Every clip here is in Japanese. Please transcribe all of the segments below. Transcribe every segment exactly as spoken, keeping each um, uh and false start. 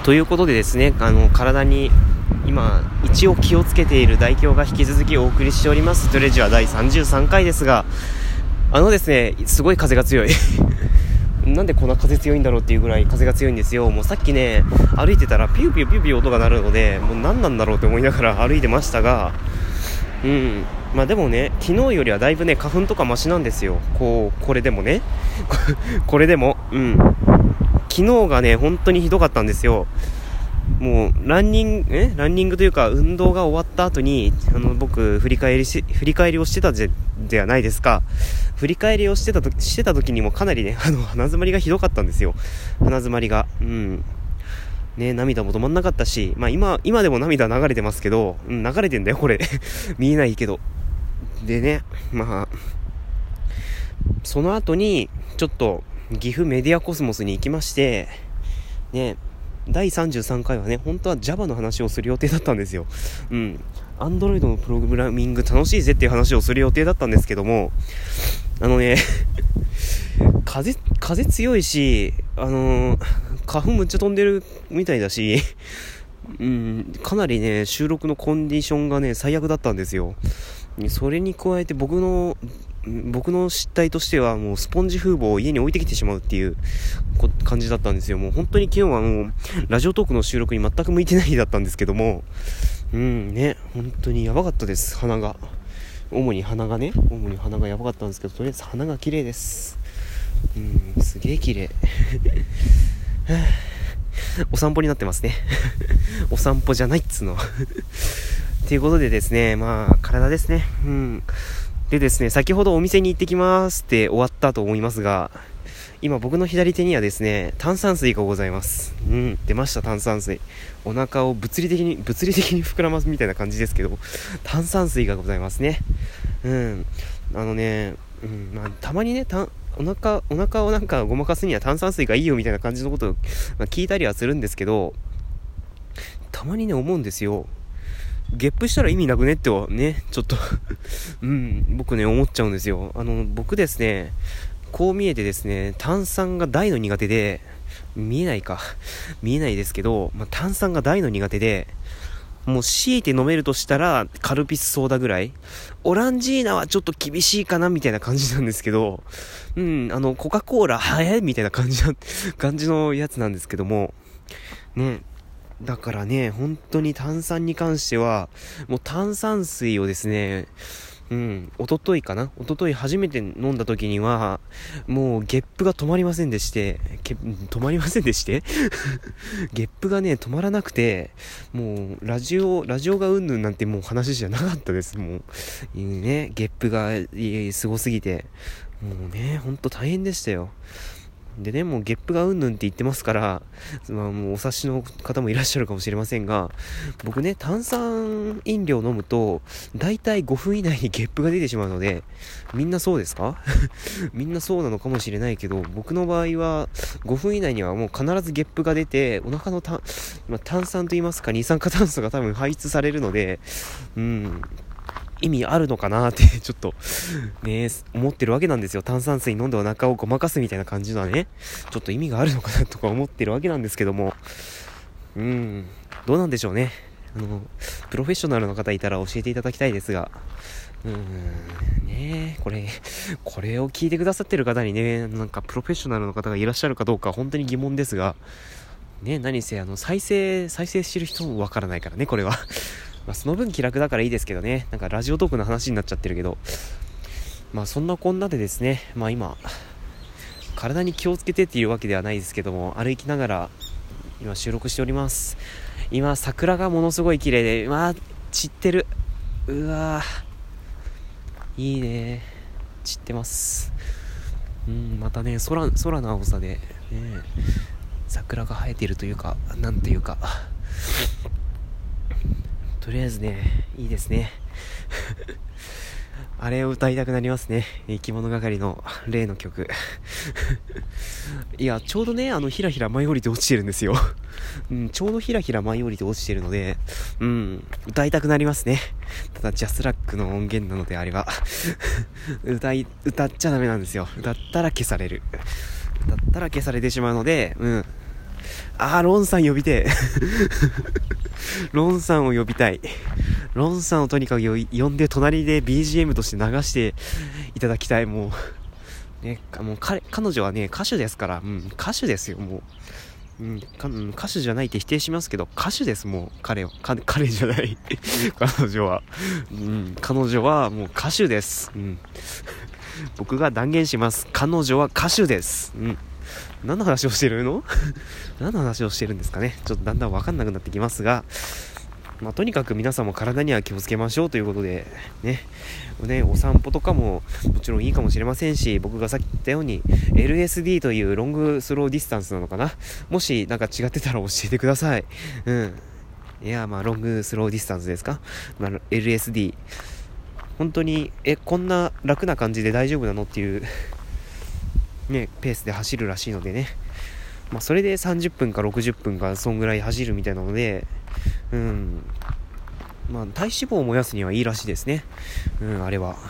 ということでですね、あの体に今一応気をつけている代表が引き続きお送りしておりますトレジャーだいさんじゅうさんかいですが、あのですねすごい風が強いなんでこんな風強いんだろうっていうぐらい風が強いんですよ。もうさっきね歩いてたらピューピューピューピュー音が鳴るので、もう何なんだろうと思いながら歩いてましたが、うんまあでもね、昨日よりはだいぶね花粉とかマシなんですよ。こうこれでもねこれでもうん昨日がね本当にひどかったんですよ。もうランニングえランニングというか運動が終わった後にあの僕振り返りし振り返りをしてたじゃではないですか。振り返りをしてたとしてた時にもかなりねあの鼻詰まりがひどかったんですよ。鼻詰まりがうんね、涙も止まんなかったし、まあ今今でも涙流れてますけど、うん、流れてんだよこれ見えないけど。でね、まあその後にちょっと岐阜メディアコスモスに行きましてね、だいさんじゅうさんかいはね本当は Java の話をする予定だったんですよ。うん Android のプログラミング楽しいぜっていう話をする予定だったんですけども、あのね風風強いし、あのー、花粉むっちゃ飛んでるみたいだしうん、かなりね収録のコンディションがね最悪だったんですよ。それに加えて僕の僕の失態としてはもうスポンジ風防を家に置いてきてしまうっていう感じだったんですよ。もう本当に昨日はもうラジオトークの収録に全く向いてない日だったんですけども、うんね本当にやばかったです。鼻が主に鼻がね主に鼻がやばかったんですけど、とりあえず鼻が綺麗です。うんすげえ綺麗お散歩になってますねお散歩じゃないっつうのということでですね、まあ体ですね。うんでですね、先ほどお店に行ってきますって終わったと思いますが、今僕の左手にはですね炭酸水がございます。うん出ました炭酸水。お腹を物理的に物理的に膨らますみたいな感じですけど、炭酸水がございますね。うんあのね、うんまあ、たまにねたお腹お腹をなんかごまかすには炭酸水がいいよみたいな感じのことを、まあ、聞いたりはするんですけど、たまにね思うんですよ。ゲップしたら意味なくねってはねちょっとうん僕ね思っちゃうんですよ。あの僕ですねこう見えてですね炭酸が大の苦手で、見えないか見えないですけど、まあ、炭酸が大の苦手で、もう強いて飲めるとしたらカルピスソーダぐらい、オランジーナはちょっと厳しいかなみたいな感じなんですけど、うんあのコカ・コーラ早いみたいな感じな感じのやつなんですけどもね。だからね本当に炭酸に関してはもう炭酸水をですね、うん一昨日かな一昨日初めて飲んだ時にはもうゲップが止まりませんでしてけ止まりませんでしてゲップがね止まらなくて、もうラジオラジオがうんぬんなんてもう話じゃなかったです。もういいねゲップがすごすぎて、もうねほんと大変でしたよ。でねもうゲップがうんぬんって言ってますから、まあ、もうお察しの方もいらっしゃるかもしれませんが、僕ね炭酸飲料飲むとだいたいごふん以内にゲップが出てしまうので、みんなそうですかみんなそうなのかもしれないけど、僕の場合はごふん以内にはもう必ずゲップが出て、お腹のた、まあ、炭酸といいますか二酸化炭素が多分排出されるので、うん意味あるのかなってちょっとね思ってるわけなんですよ。炭酸水飲んでお腹をごまかすみたいな感じのはねちょっと意味があるのかなとか思ってるわけなんですけども、うーんどうなんでしょうね。あのプロフェッショナルの方いたら教えていただきたいですが、うーんねこれこれを聞いてくださってる方にねなんかプロフェッショナルの方がいらっしゃるかどうか本当に疑問ですがね、何せあの再生再生してる人もわからないからねこれはまあその分気楽だからいいですけどね。なんかラジオトークの話になっちゃってるけど、まあそんなこんなでですね、まあ今体に気をつけてっていうわけではないですけども、歩きながら今収録しております。今桜がものすごい綺麗で、まあ散ってる、うわいいね散ってます。うんまたね空空の青さでね桜が生えているというかなんていうかとりあえずねいいですねあれを歌いたくなりますね。生き物係の例の曲いやちょうどねあのひらひら舞い降りて落ちてるんですよ、うん、ちょうどひらひら舞い降りて落ちてるので、うん歌いたくなりますね。ただジャスラックの音源なのであれば歌い歌っちゃダメなんですよ。歌ったら消される歌ったら消されてしまうので、うんあー、ロンさん呼びてえ。ロンさんを呼びたい。ロンさんをとにかく呼んで隣で ビージーエム として流していただきたい。もうね、もう彼彼女はね歌手ですから、うん、歌手ですよもう。うん、か歌手じゃないって否定しますけど歌手です。もう彼はか彼じゃない彼女は、うん、彼女はもう歌手です、うん、僕が断言します。彼女は歌手です、うん、何の話をしてるの何の話をしてるんですかね。ちょっとだんだん分かんなくなってきますが、まあ、とにかく皆さんも体には気をつけましょうということでね、ね、お散歩とかももちろんいいかもしれませんし、僕がさっき言ったように エルエスディー というロングスローディスタンスなのかな、もしなんか違ってたら教えてください。うん、いやまあロングスローディスタンスですか、まあ、エルエスディー 本当にえこんな楽な感じで大丈夫なのっていうねペースで走るらしいのでね、まあ、それでさんじゅっぷんかろくじゅっぷんかそんぐらい走るみたいなので、うんまあ、体脂肪を燃やすにはいいらしいですね。うんあれは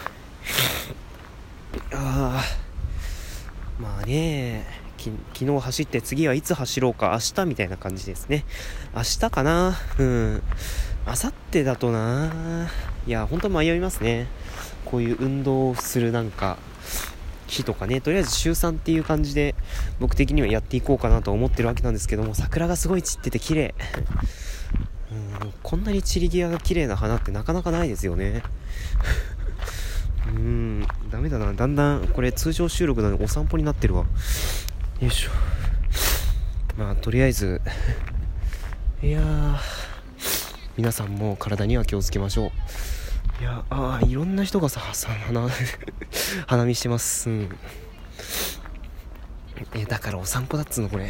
あまあねき昨日走って次はいつ走ろうか、明日みたいな感じですね。明日かな、うん明後日だとないや本当迷いますね。こういう運動をするなんか日とかね、とりあえず週さんっていう感じで僕的にはやっていこうかなと思ってるわけなんですけども、桜がすごい散ってて綺麗。うんこんなに散り際が綺麗な花ってなかなかないですよね。うーんダメだな、だんだんこれ通常収録なのにお散歩になってるわ。よいしょ。まあとりあえずいやー皆さんも体には気をつけましょう。いやあーいろんな人がささ花花見してます、うん、えだからお散歩だっつうのこれ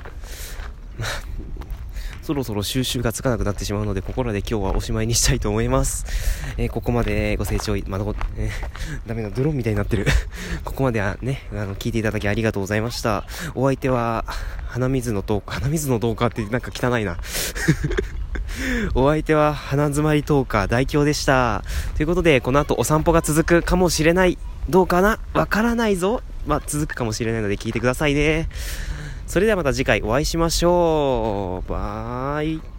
そろそろ収集がつかなくなってしまうので、ここらで今日はおしまいにしたいと思います。えー、ここまでご清聴まだご、えー、ダメだドローンみたいになってるここまではねあの聞いていただきありがとうございました。お相手は鼻水のトーカー鼻水のトーカーってなんか汚いなお相手は鼻詰まりトーカー大京でした。ということでこの後お散歩が続くかもしれない、どうかなわからないぞ、まあ続くかもしれないので聞いてくださいね。それではまた次回お会いしましょう。バイ。